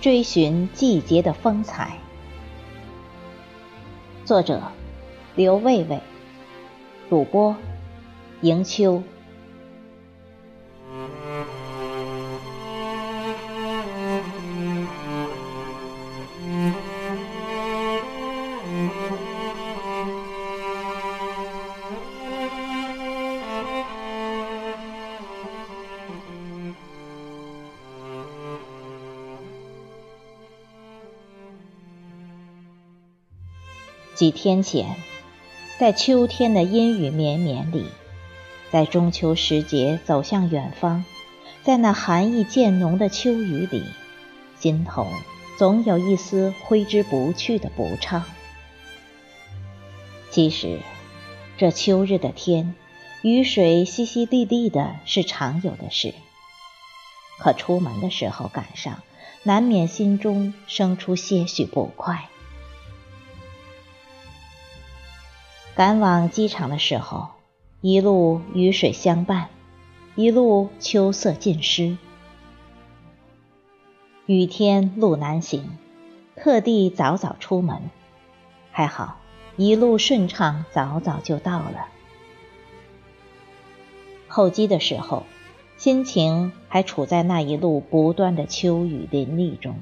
追寻季节的风采。作者刘卫卫，主播迎秋。几天前，在秋天的阴雨绵绵里，在中秋时节走向远方，在那寒意渐浓的秋雨里，心头总有一丝挥之不去的不畅。其实这秋日的天，雨水淅淅沥沥的是常有的事，可出门的时候赶上，难免心中生出些许不快。赶往机场的时候，一路雨水相伴，一路秋色尽湿。雨天路难行，特地早早出门，还好一路顺畅，早早就到了。候机的时候，心情还处在那一路不断的秋雨淋漓中。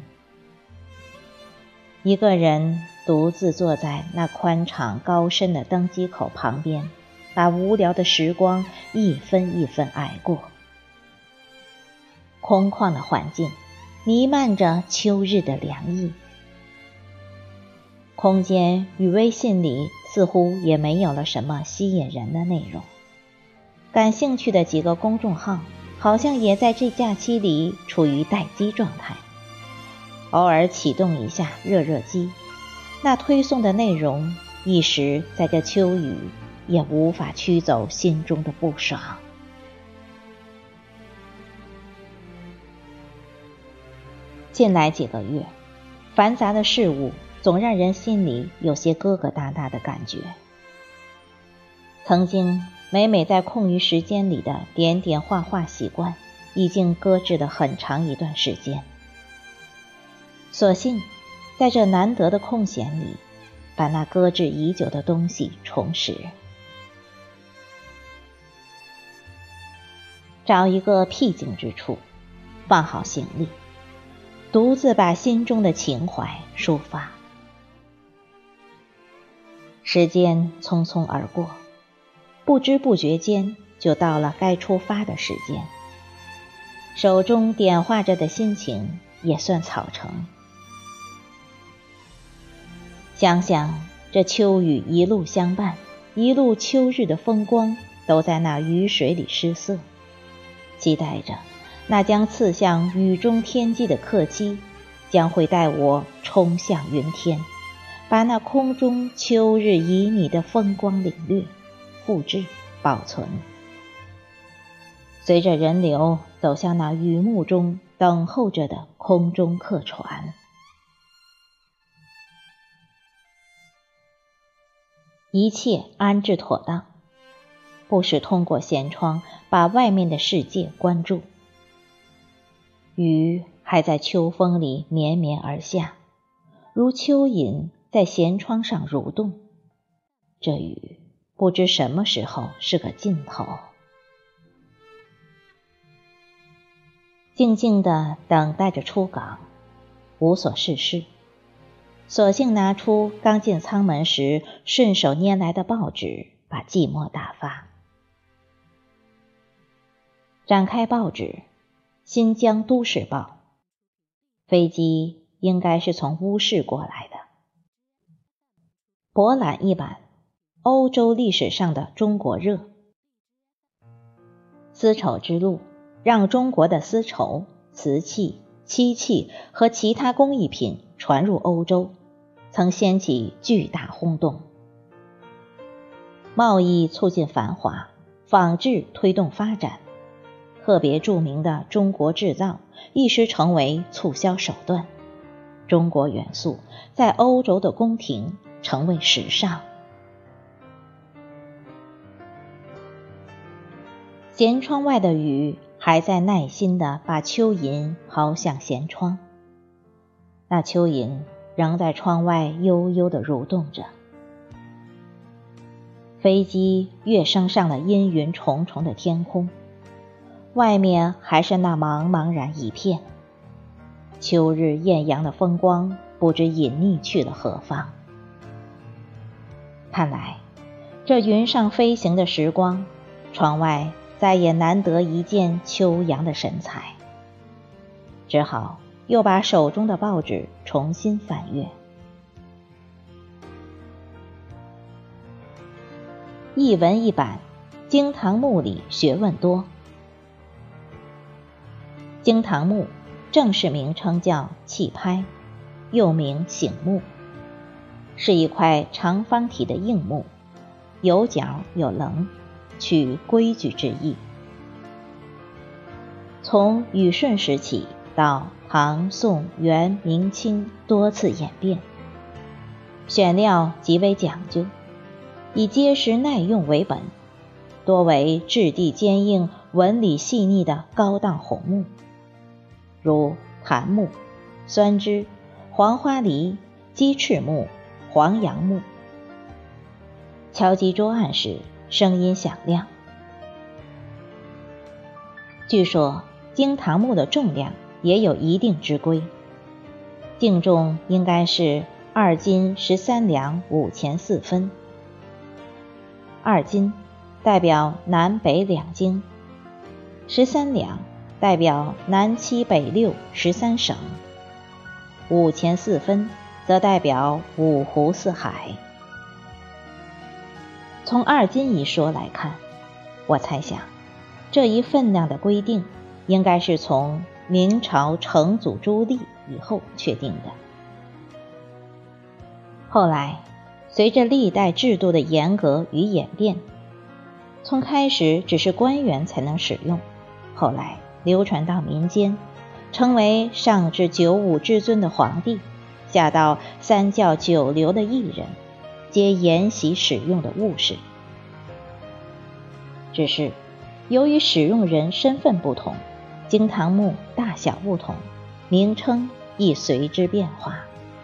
一个人独自坐在那宽敞高深的登机口旁边，把无聊的时光一分一分挨过。空旷的环境弥漫着秋日的凉意，空间与微信里似乎也没有了什么吸引人的内容。感兴趣的几个公众号好像也在这假期里处于待机状态，偶尔启动一下热热机，那推送的内容一时在这秋雨也无法驱走心中的不爽。近来几个月，繁杂的事物总让人心里有些疙疙瘩瘩的感觉。曾经每每在空余时间里的点点画画习惯，已经搁置了很长一段时间。所幸在这难得的空闲里，把那搁置已久的东西重拾。找一个僻静之处，放好行李，独自把心中的情怀抒发。时间匆匆而过，不知不觉间就到了该出发的时间，手中点画着的心情也算草成。想想这秋雨一路相伴，一路秋日的风光都在那雨水里失色，期待着那将刺向雨中天际的客机将会带我冲向云天，把那空中秋日旖旎的风光领略、复制、保存。随着人流走向那雨幕中等候着的空中客船。一切安置妥当，不时通过舷窗把外面的世界关注。雨还在秋风里绵绵而下，如蚯蚓在舷窗上蠕动。这雨不知什么时候是个尽头。静静地等待着出港，无所事事，索性拿出刚进舱门时顺手拈来的报纸，把寂寞打发。展开报纸，新疆都市报，飞机应该是从乌市过来的。博览一版，欧洲历史上的中国热。丝绸之路让中国的丝绸、瓷器、漆器和其他工艺品传入欧洲，曾掀起巨大轰动。贸易促进繁华，纺织推动发展，特别著名的中国制造一时成为促销手段。中国元素在欧洲的宫廷成为时尚。舷窗外的雨还在耐心地把蚯蚓抛向舷窗， 那蚯蚓仍在窗外悠悠地蠕动着。飞机跃升上了阴云重重的天空，外面还是那茫茫然一片，秋日艳阳的风光不知隐匿去了何方。看来这云上飞行的时光，窗外再也难得一见秋阳的神采，只好又把手中的报纸重新翻阅。一文一版，惊堂木里学问多。惊堂木正式名称叫气拍，又名醒木，是一块长方体的硬木，有角有棱，取规矩之意。从禹舜时起到唐宋元明清多次演变，选料极为讲究，以结实耐用为本，多为质地坚硬、纹理细腻的高档红木，如檀木、酸枝、黄花梨、鸡翅木、黄杨木。敲击桌案时声音响亮。据说惊堂木的重量也有一定之规，净重应该是2斤13两5钱4分。2斤代表南北2京，13两代表南7北6 13省，5钱4分则代表5湖4海。从2斤一说来看，我猜想这一分量的规定应该是从明朝成祖朱棣以后确定的。后来随着历代制度的严格与演变，从开始只是官员才能使用，后来流传到民间，成为上至95至尊的皇帝，下到3教9流的艺人，皆沿袭使用的物事。只是由于使用人身份不同，惊堂木大小不同，名称亦随之变化。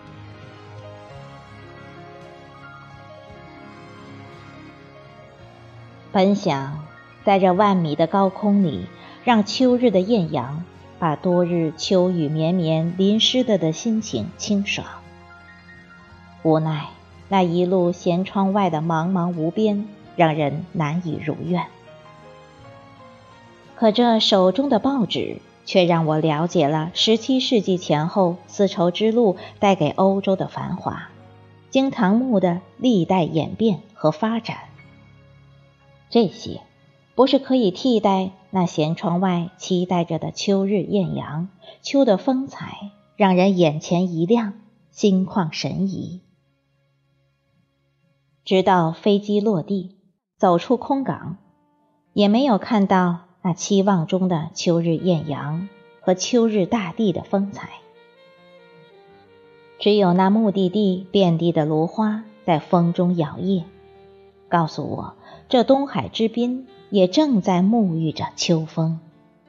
本想在这万米的高空里，让秋日的艳阳把多日秋雨绵绵淋湿的心情清爽，无奈那一路舷窗外的茫茫无边，让人难以如愿。可这手中的报纸却让我了解了17世纪前后丝绸之路带给欧洲的繁华，惊堂木的历代演变和发展。这些不是可以替代那舷窗外期待着的秋日艳阳，秋的风采让人眼前一亮，心旷神怡。直到飞机落地，走出空港，也没有看到那期望中的秋日艳阳和秋日大地的风采，只有那目的地遍地的芦花在风中摇曳，告诉我这东海之滨也正在沐浴着秋风。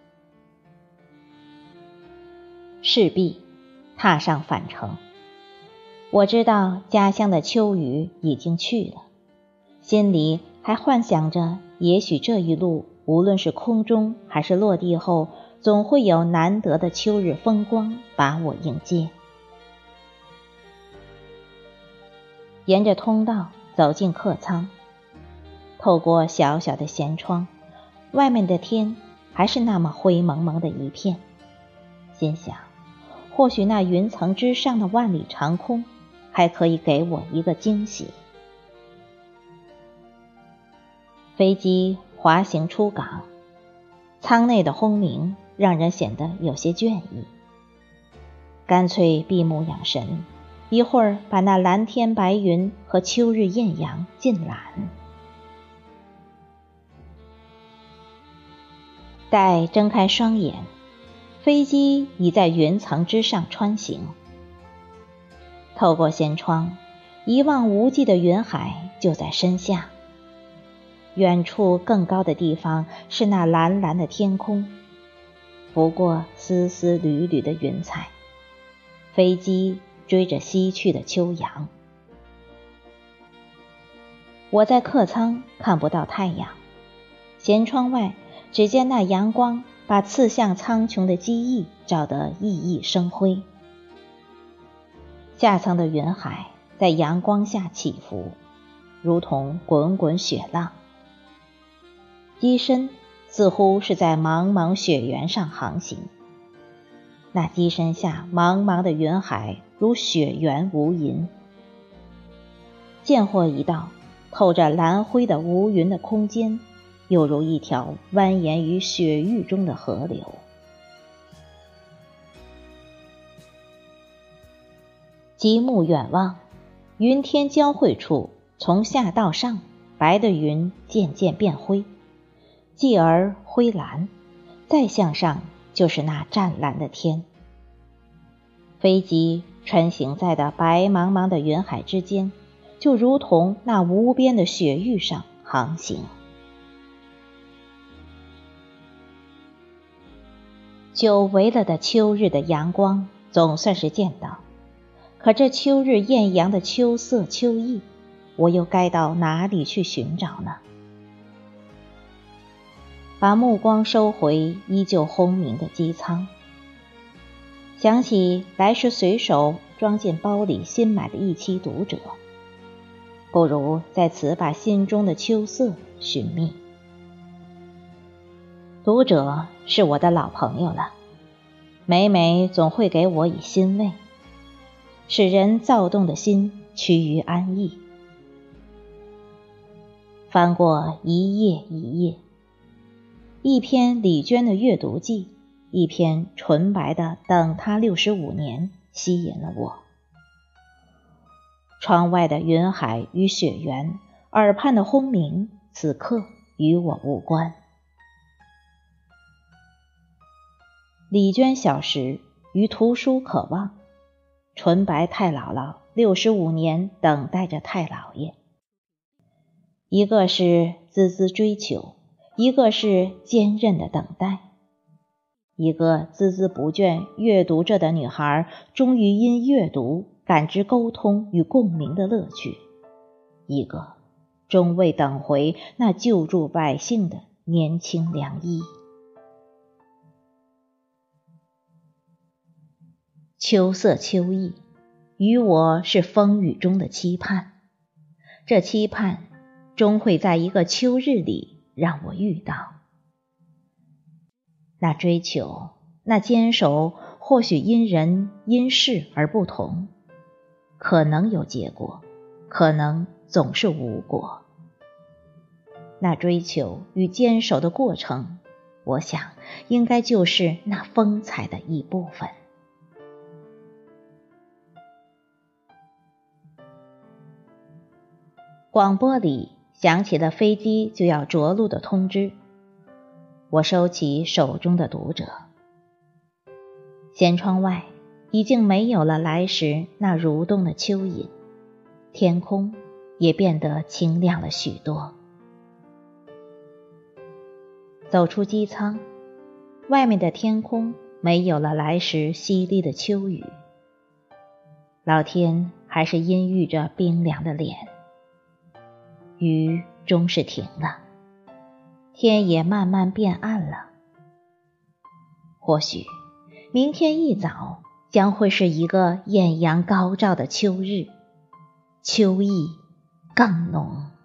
势必踏上返程，我知道家乡的秋雨已经去了，心里还幻想着也许这一路无论是空中还是落地后，总会有难得的秋日风光把我迎接。沿着通道走进客舱，透过小小的舷窗，外面的天还是那么灰蒙蒙的一片，心想或许那云层之上的万里长空还可以给我一个惊喜。飞机滑行出港，舱内的轰鸣让人显得有些倦意，干脆闭目养神，一会儿把那蓝天白云和秋日艳阳尽览。待睁开双眼，飞机已在云层之上穿行。透过舷窗，一望无际的云海就在身下，远处更高的地方是那蓝蓝的天空，拂过丝丝缕缕的云彩， 飞机追着西去的秋阳。我在客舱看不到太阳，舷窗外只见那阳光把刺向苍穹的机翼照得熠熠生辉。下层的云海在阳光下起伏，如同滚滚雪浪。机身似乎是在茫茫雪原上航行，那机身下茫茫的云海如雪原无垠。见或一道透着蓝灰的无云的空间，又如一条蜿蜒于雪域中的河流。极目远望，云天交汇处，从下到上，白的云渐渐变灰，继而灰蓝，再向上就是那湛蓝的天。飞机穿行在的白茫茫的云海之间，就如同那无边的雪域上航行。久违了的秋日的阳光总算是见到，可这秋日艳阳的秋色秋意，我又该到哪里去寻找呢？把目光收回依旧轰鸣的机舱，想起来时随手装进包里新买的一期《读者》，不如在此把心中的秋色寻觅。读者是我的老朋友了，每每总会给我以欣慰，使人躁动的心趋于安逸。翻过一页一页，一篇李娟的阅读记，一篇纯白的等他65年吸引了我。窗外的云海与雪原，耳畔的轰鸣，此刻与我无关。李娟小时于图书渴望，纯白太姥姥65年等待着太姥爷。一个是孜孜追求，一个是坚韧的等待。一个孜孜不倦阅读着的女孩，终于因阅读感知沟通与共鸣的乐趣，一个终未等回那救助百姓的年轻良医。秋色秋意，于我是风雨中的期盼，这期盼终会在一个秋日里让我遇到。那追求，那坚守，或许因人因事而不同，可能有结果，可能总是无果。那追求与坚守的过程，我想应该就是那风采的一部分。广播里响起了飞机就要着陆的通知，我收起手中的读者。舷窗外已经没有了来时那蠕动的蚯蚓，天空也变得清亮了许多。走出机舱，外面的天空没有了来时淅沥的秋雨，老天还是阴郁着冰凉的脸。雨终是停了，天也慢慢变暗了。或许明天一早将会是一个艳阳高照的秋日，秋意更浓。